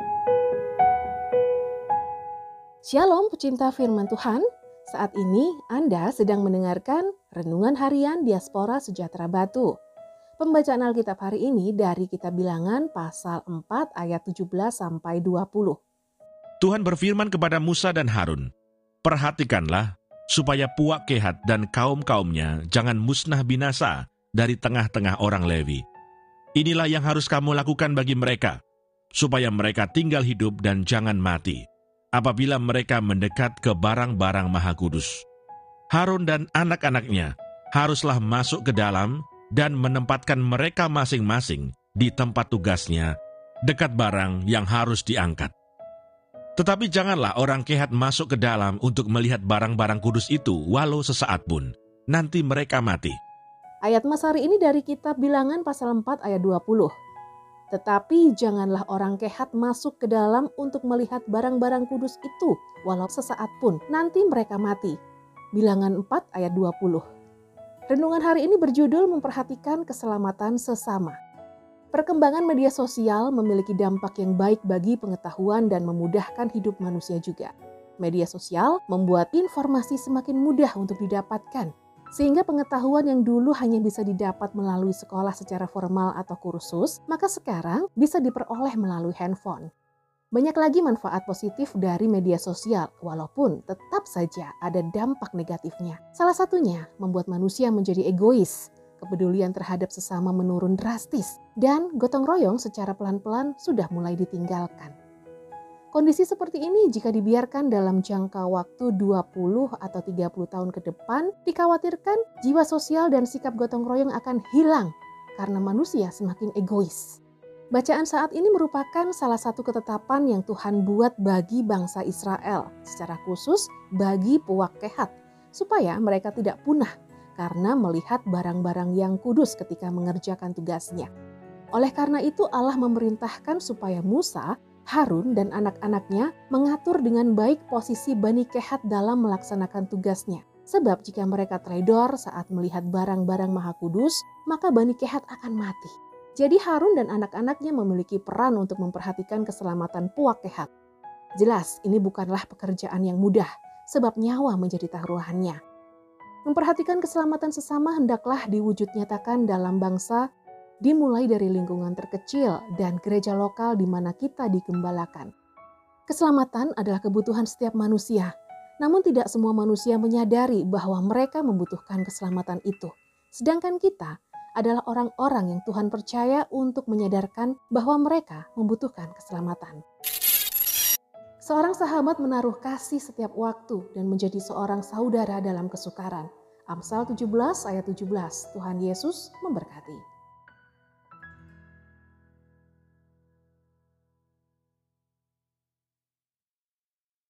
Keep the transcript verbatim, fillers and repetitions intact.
Shalom pecinta firman Tuhan, saat ini Anda sedang mendengarkan Renungan Harian Diaspora Sejahtera Batu. Pembacaan Alkitab hari ini dari Kitab Bilangan pasal empat ayat tujuh belas sampai dua puluh. Tuhan berfirman kepada Musa dan Harun, "Perhatikanlah supaya Puak Kehat dan kaum-kaumnya jangan musnah binasa dari tengah-tengah orang Lewi. Inilah yang harus kamu lakukan bagi mereka, supaya mereka tinggal hidup dan jangan mati apabila mereka mendekat ke barang-barang Maha Kudus. Harun dan anak-anaknya haruslah masuk ke dalam dan menempatkan mereka masing-masing di tempat tugasnya, dekat barang yang harus diangkat. Tetapi janganlah orang Kehat masuk ke dalam untuk melihat barang-barang kudus itu walau sesaat pun, nanti mereka mati." Ayat Mas hari ini dari Kitab Bilangan pasal empat ayat dua puluh. Tetapi janganlah orang Kehat masuk ke dalam untuk melihat barang-barang kudus itu walau sesaat pun, nanti mereka mati. Bilangan empat ayat dua puluh. Renungan hari ini berjudul memperhatikan keselamatan sesama. Perkembangan media sosial memiliki dampak yang baik bagi pengetahuan dan memudahkan hidup manusia juga. Media sosial membuat informasi semakin mudah untuk didapatkan, sehingga pengetahuan yang dulu hanya bisa didapat melalui sekolah secara formal atau kursus, maka sekarang bisa diperoleh melalui handphone. Banyak lagi manfaat positif dari media sosial, walaupun tetap saja ada dampak negatifnya. Salah satunya membuat manusia menjadi egois, kepedulian terhadap sesama menurun drastis, dan gotong royong secara pelan-pelan sudah mulai ditinggalkan. Kondisi seperti ini jika dibiarkan dalam jangka waktu dua puluh atau tiga puluh tahun ke depan, dikhawatirkan jiwa sosial dan sikap gotong royong akan hilang karena manusia semakin egois. Bacaan saat ini merupakan salah satu ketetapan yang Tuhan buat bagi bangsa Israel, secara khusus bagi Puak Kehat, supaya mereka tidak punah karena melihat barang-barang yang kudus ketika mengerjakan tugasnya. Oleh karena itu Allah memerintahkan supaya Musa, Harun dan anak-anaknya mengatur dengan baik posisi Bani Kehat dalam melaksanakan tugasnya. Sebab jika mereka teledor saat melihat barang-barang Maha Kudus, maka Bani Kehat akan mati. Jadi Harun dan anak-anaknya memiliki peran untuk memperhatikan keselamatan Puak Kehat. Jelas ini bukanlah pekerjaan yang mudah, sebab nyawa menjadi taruhannya. Memperhatikan keselamatan sesama hendaklah diwujud nyatakan dalam bangsa, dimulai dari lingkungan terkecil dan gereja lokal di mana kita digembalakan. Keselamatan adalah kebutuhan setiap manusia, namun tidak semua manusia menyadari bahwa mereka membutuhkan keselamatan itu. Sedangkan kita adalah orang-orang yang Tuhan percaya untuk menyadarkan bahwa mereka membutuhkan keselamatan. Seorang sahabat menaruh kasih setiap waktu dan menjadi seorang saudara dalam kesukaran. Amsal tujuh belas ayat tujuh belas, Tuhan Yesus memberkati.